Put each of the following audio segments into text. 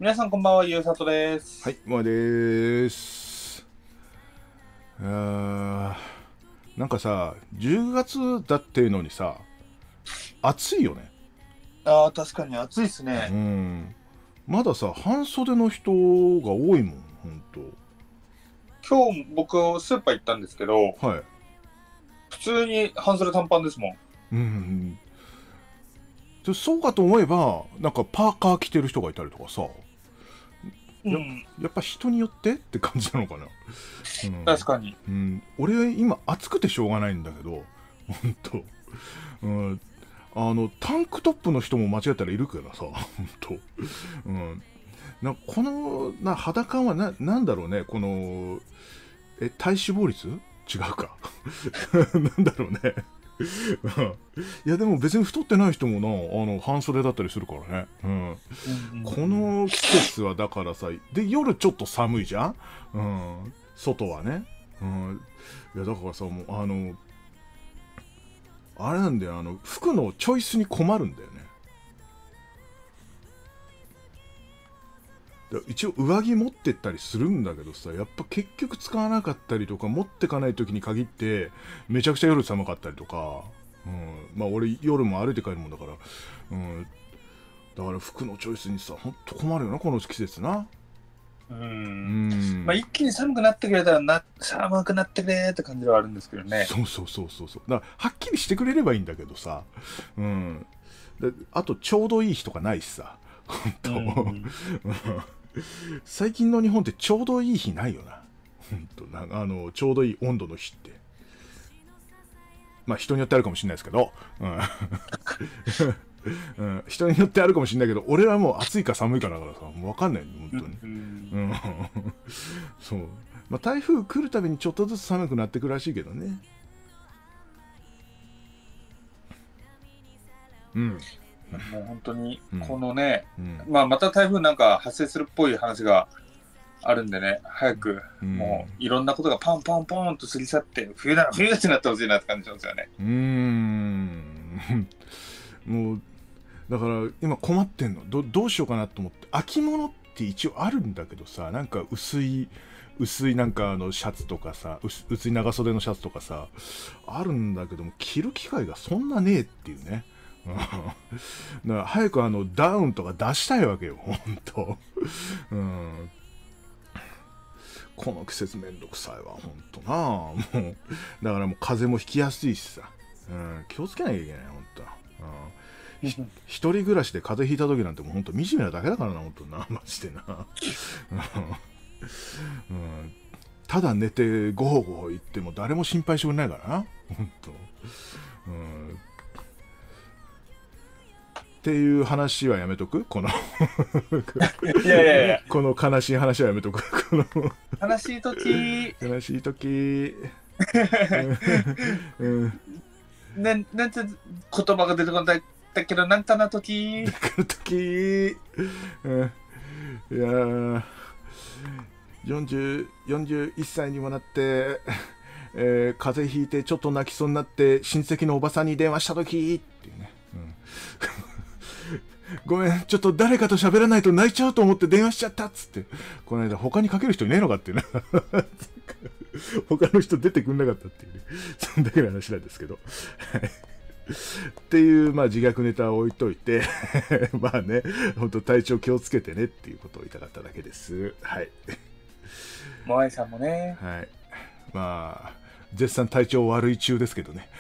皆さんこんばんは、ゆうさとです。 はい、もうです。なんかさ、10月だっていうのにさ、暑いよね。 ああ、確かに暑いですね。 うん。まださ、半袖の人が多いもん、ほんと。 今日僕スーパー行ったんですけど、 はい。 普通に半袖短パンですもん。 うん。でそうかと思えば、なんかパーカー着てる人がいたりとかさ、や、 うん、 やっぱ人によってって感じなのかな。うん。 確かに。 うん。俺今暑くてしょうがないんだけど、ほんと。うん。タンクトップの人も間違ったらいるからさ、ほんと。うん。この肌感はなんだろうね、この、体脂肪率違うか。なんだろうね。いや、でも別に太ってない人も半袖だったりするからね。うん。 うんうんこうん。 の季節はだからさ、で、夜ちょっと寒いじゃん。うん。外はね。うん。いや、だからさ、もう、あれなんだよ、服のチョイスに困るんだよね。一応上着持ってったりするんだけどさ、やっぱ結局使わなかったりとか、持ってかない時に限ってめちゃくちゃ夜寒かったりとか、うん、まあ俺夜も歩いて帰るもんだから、うん、だから服のチョイスにさ、ほんと困るよなこの季節な。 ううん。まあ、 ん。 一気に寒くなってくれたら寒くなってくれって感じではあるんですけどね。 そう。だからはっきりしてくれればいいんだけどさ、うん。であとちょうどいい日とかないしさ、ほんうと。 ん。 最近の日本ってちょうどいい日ないよな。ほんとな、ちょうどいい温度の日って。まあ人によってあるかもしれないですけど、うん。うん、人によってあるかもしれないけど、俺はもう暑いか寒いかだからさ、もう分かんないの、本う当に。うん。 ん。そう。まあ台風来るたびにちょっとずつ寒くなってくるらしいけどね。うん。 もう本当に、 うん。 このね、 うん。 まあ、また台風なんか発生するっぽい話があるんでね、早くうん。 もういろんなことがパンパンパンと過ぎ去って、冬なら冬ってなってほしいなって感じなんですよね。 うーん。もう、だから今困ってんの。どうしようかなと思って。秋物って一応あるんだけどさ、なんか薄いなんかシャツとかさ、薄い長袖のシャツとかさ、あるんだけども、着る機会がそんなねえっていうね。うん。だから早くダウンとか出したいわけよ、ほんと。うん。この季節めんどくさいわ、ほんとな。もう、だからもう風邪もひきやすいしさ。うん、気をつけなきゃいけない、ほんと。うん。一人暮らしで風邪ひいた時なんてもうほんと惨めなだけだからな、ほんとな。マジでな。うん。ただ寝てごほごほ言っても誰も心配してくれないからな。ほんと。うん。っていう話はやめとくこのいやいやいや、 この悲しい話はやめとくこの悲しい時悲しい時うん。 なんて言葉が出てこないんだけど、なんかな時時うん。いやー、41歳にもなって、風邪ひいてちょっと泣きそうになって親戚のおばさんに電話した時っていうね、うん、ごめんちょっと誰かと喋らないと泣いちゃうと思って電話しちゃったっつって、この間他にかける人いねえのかっていうね他の人出てくんなかったっていうね、そんだけの話なんですけどっていう、まあ、自虐ネタを置いといてまあね、本当体調気をつけてねっていうことを言いたかっただけです。はい。 モアイさんもね。 はい。まあ、絶賛体調悪い中ですけどね。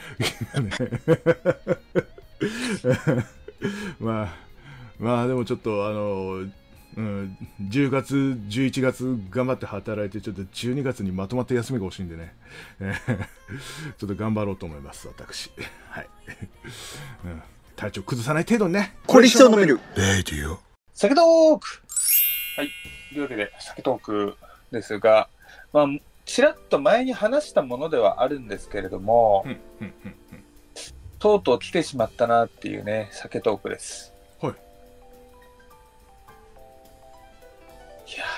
まあ、まあでもちょっとうん、10月、11月頑張って働いて、ちょっと12月にまとまって休みが欲しいんでね、ちょっと頑張ろうと思います、私。はい。うん、体調崩さない程度にね。 これ一生飲める。 レディオ。 酒トーク。はい。というわけで、酒トークですが、まあ、ちらっと前に話したものではあるんですけれども、とうとう来てしまったなっていうね、酒トークです。 はい。 いや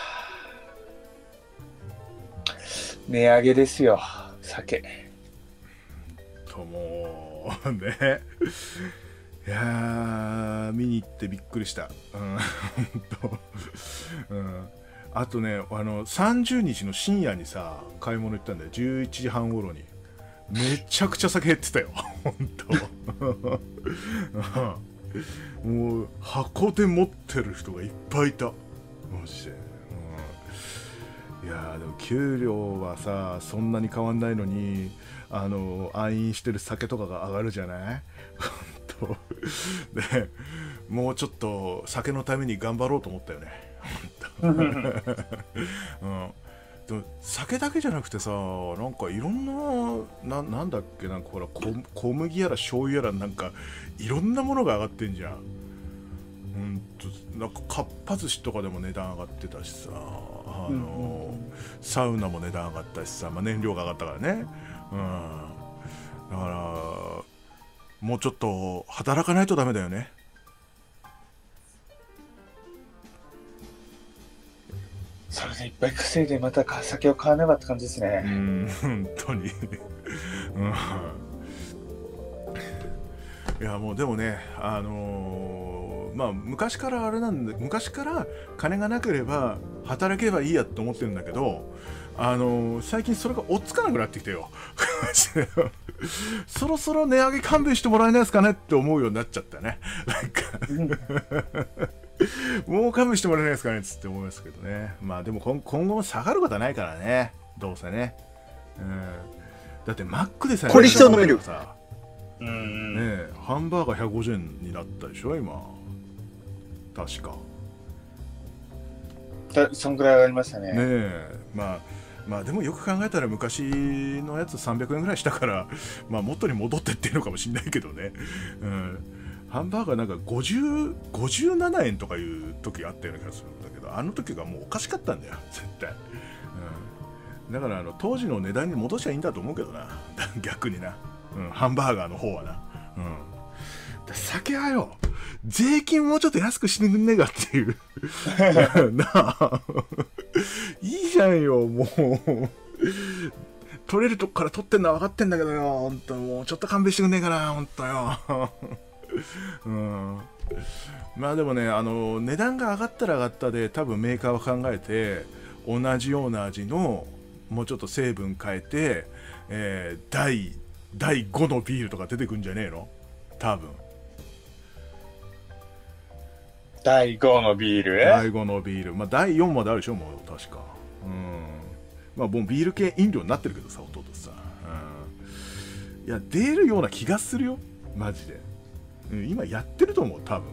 ー、値上げですよ、酒。 ともうね。 いやー、見に行ってびっくりした。うん、うん、あとね、30日の深夜にさ、買い物行ったんだよ。11時半頃に。めちゃくちゃ酒減ってたよ。本当。もう、箱で持ってる人がいっぱいいた。マジで。いやでも給料はさ、そんなに変わんないのに、暗飲してる酒とかが上がるじゃない。本当で、もうちょっと酒のために頑張ろうと思ったよね。本当、うん、でも酒だけじゃなくてさ、なんかいろんなんだっけ、なんかほら、小麦やら醤油やら、なんかいろんなものが上がってんじゃん。なんかかっぱ寿司とかでも値段上がってたしさ、サウナも値段上がったしさ、まあ、燃料が上がったからね、うん、だからもうちょっと働かないとダメだよね。 それでいっぱい稼いでまた酒を買わねばって感じですね。 本当に、いやもうでもね、まあ昔からあれなんで、昔から金がなければ働けばいいやって思ってるんだけど、最近それが追っつかなくなってきてよ。そろそろ値上げ勘弁してもらえないですかねって思うようになっちゃったね。なんかもう勘弁してもらえないですかねっつって思いますけどね。まあでも今後も下がることはないからね、どうせね。だってマックでさえこれ必要のメニューさ、ね、ハンバーガー150円になったでしょ今、確か。 そんくらい上がりましたね。 ねえ、まあでもよく考えたら昔のやつ300円ぐらいしたから、まあ元に戻ってっていうのかもしれないけどね。ハンバーガーなんか57円とかいう時あったような気がするんだけど、あの時がもうおかしかったんだよ絶対。だから当時の値段に戻しちゃいいんだと思うけどな。逆にな、ハンバーガーの方はな。酒はよ、税金もうちょっと安くしてくんねえかっていうなあ、いいじゃんよ、もう取れるとこから取ってんのは分かってんだけどよ、本当もうちょっと勘弁してくんねえかな、本当よ。まあでもね、値段が上がったら上がったで、多分メーカーは考えて、同じような味のもうちょっと成分変えて、第5のビールとか出てくんじゃねえの、多分。 第5のビール、 第5のビール、まあ第4まであるでしょ、もう確か。まあもうビール系飲料になってるけどさ、弟さ、いや出るような気がするよ、マジで。今やってると思う、多分。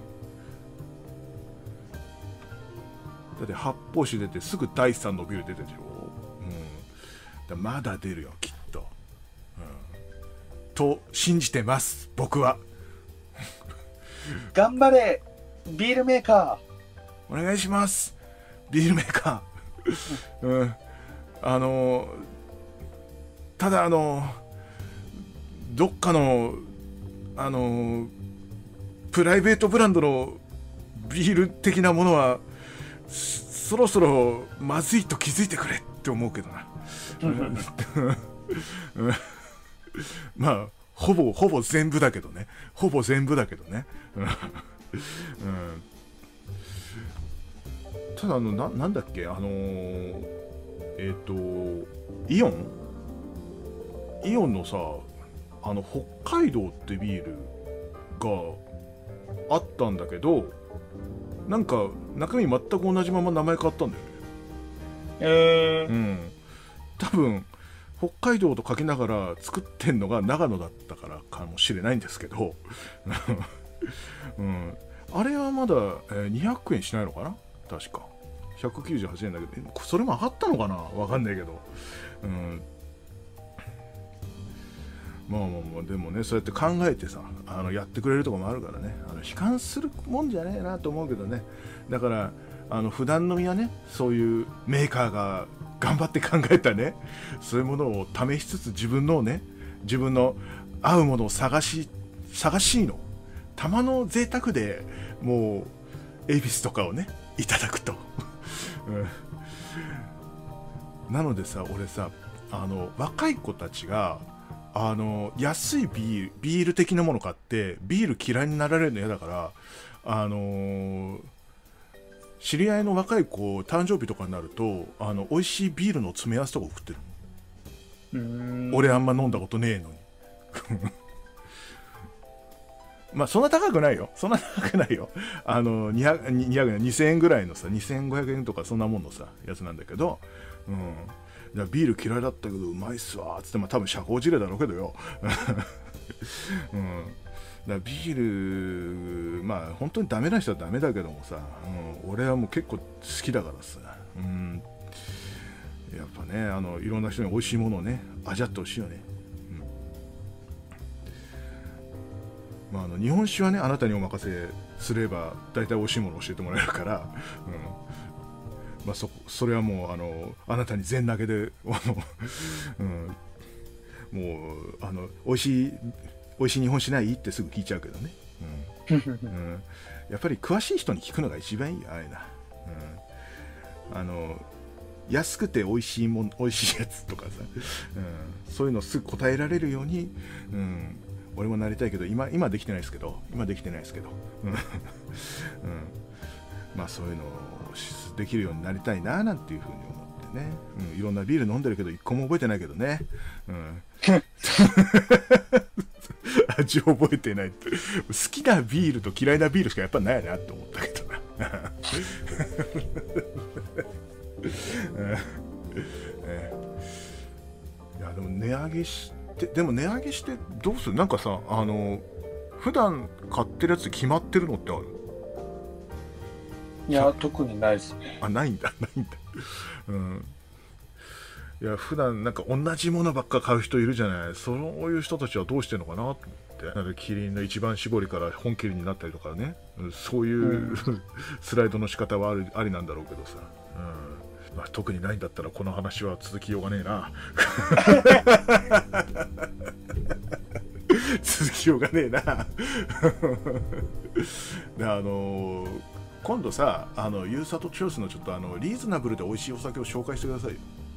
だって発泡酒出てすぐ第3のビール出てるでしょ。だまだ出るよきっと、と信じてます僕は。 頑張れビールメーカー、お願いしますビールメーカー。ただどっかのプライベートブランドのビール的なものはそろそろまずいと気づいてくれって思うけどな。まあほぼ全部だけどね、ほぼ全部だけどね。ただなんだっけ、イオンのさ、北海道ってビールがあったんだけど、なんか中身全く同じまま名前変わったんだよね。多分北海道と書きながら作ってんのが長野だったからかもしれないんですけど、あれはまだ、200円しないのかな、確か198円だけど、それも上がったのかな、わかんないけど、まあでもね、そうやって考えてさ、やってくれるところもあるからね、悲観するもんじゃねえなと思うけどね。だから普段のみはね、そういうメーカーが頑張って考えたね、そういうものを試しつつ、自分の合うものを探しいのたまの贅沢で、もう恵比寿とかをねいただくと、なのでさ、俺さ、若い子たちが安いビール的なもの買ってビール嫌いになられるの嫌だから、知り合いの若い子誕生日とかになると美味しいビールの詰め合わせとか送ってる。俺あんま飲んだことねえのにまあそんな高くないよ。2000円ぐらいのさ、2500円とかそんなもんのさやつなんだけど、ビール嫌いだったけどうまいっすわーっつって、まあ多分社交辞令だろうけどよだビール、まあ本当にダメな人はダメだけどもさ、俺はもう結構好きだからさ、やっぱね、いろんな人に美味しいものをね味わってほしいよね。まあ、日本酒はねあなたにお任せすれば大体美味しいものを教えてもらえるから、まあ、それはもうあなたに全投げでもう美味しい日本酒ないってすぐ聞いちゃうけどね、やっぱり詳しい人に聞くのが一番いいよ、あれな、安くて美味しいやつとかさ、そういうのすぐ答えられるように、俺もなりたいけど今できてないですけど、まあそういうのをできるようになりたいななんていうふうに思ってね、いろんなビール飲んでるけど一個も覚えてないけどね、味覚えてないって好きなビールと嫌いなビールしかやっぱないなって思ったけどないやでも値上げしてどうする？なんかさ、普段買ってるやつ決まってるのってある？ いや特にないですね。 ないんだいや普段なんか同じものばっか買う人いるじゃない。そういう人たちはどうしてるのかなと思って、なんかキリンの一番搾りから本キリンになったりとかね、そういう、スライドの仕方はありなんだろうけどさ、まあ、特にないんだったらこの話は続きようがねえな続きようがねえなで今度さユーサトチョイスのちょっとリーズナブルで美味しいお酒を紹介してくださいよ。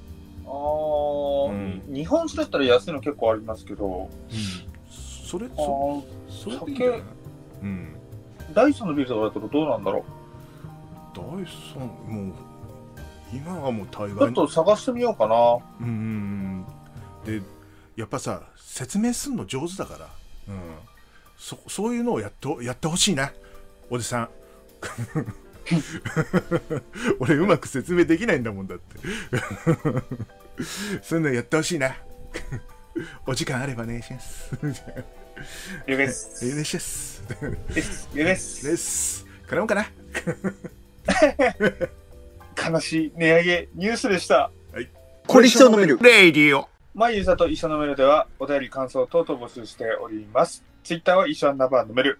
日本酒だったら安いの結構ありますけど、 それ酒、ダイソンのビールとかだったらどうなんだろう。 ダイソンもう今はもう大概ちょっと探してみようかな。 でやっぱさ説明すんの上手だから、そういうのをやってほしいなおじさん俺うまく説明できないんだもんだってそういうのやってほしいなお時間あればお願いしますよです。 お願いします。 です。 頼むかな悲しい値上げニュースでした。 はい。 これ一緒飲めるレイディオ。 ゆうさと一緒飲めるではお便り感想等々募集しております。ツイッターは一緒飲める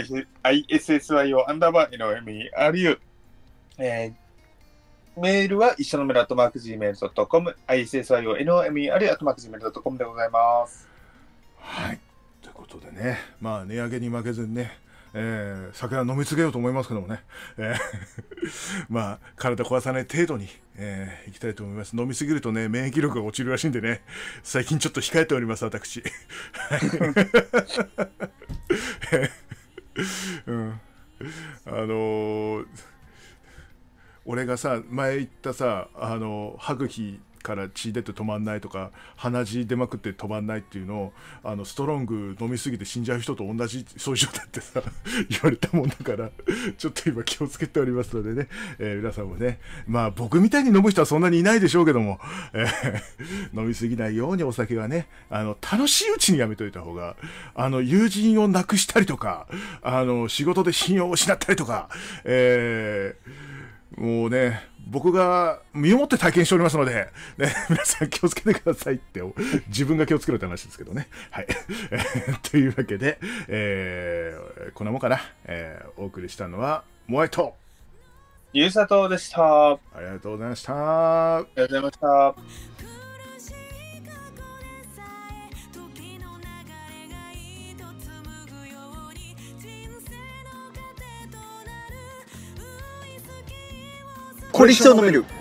ISSYO_NOMERU、メールは一緒飲める@gmail.com ISSYO_NOMERU@gmail.com でございます。 はい。ということでね、まあ値上げに負けずにね、酒は飲み続けようと思いますけどもね、まあ体壊さない程度に、いきたいと思います。飲みすぎるとね免疫力が落ちるらしいんでね、最近ちょっと控えております私俺がさ前言ったさ歯茎から血出て止まんないとか鼻血出まくって止まんないっていうのをストロング飲みすぎて死んじゃう人と同じ症状だってさ言われたもんだからちょっと今気をつけておりますのでね、皆さんもね、まあ僕みたいに飲む人はそんなにいないでしょうけども、飲みすぎないようにお酒はね楽しいうちにやめといた方が友人を亡くしたりとか仕事で信用を失ったりとか、もうね僕が身をもって体験しておりますので、ね、皆さん気をつけてくださいって自分が気をつけるって話ですけどね。はい。というわけで、こんなもんかな。お送りしたのはモアイとゆうさとでした。 ありがとうございました。 ありがとうございました。 これ一生飲める。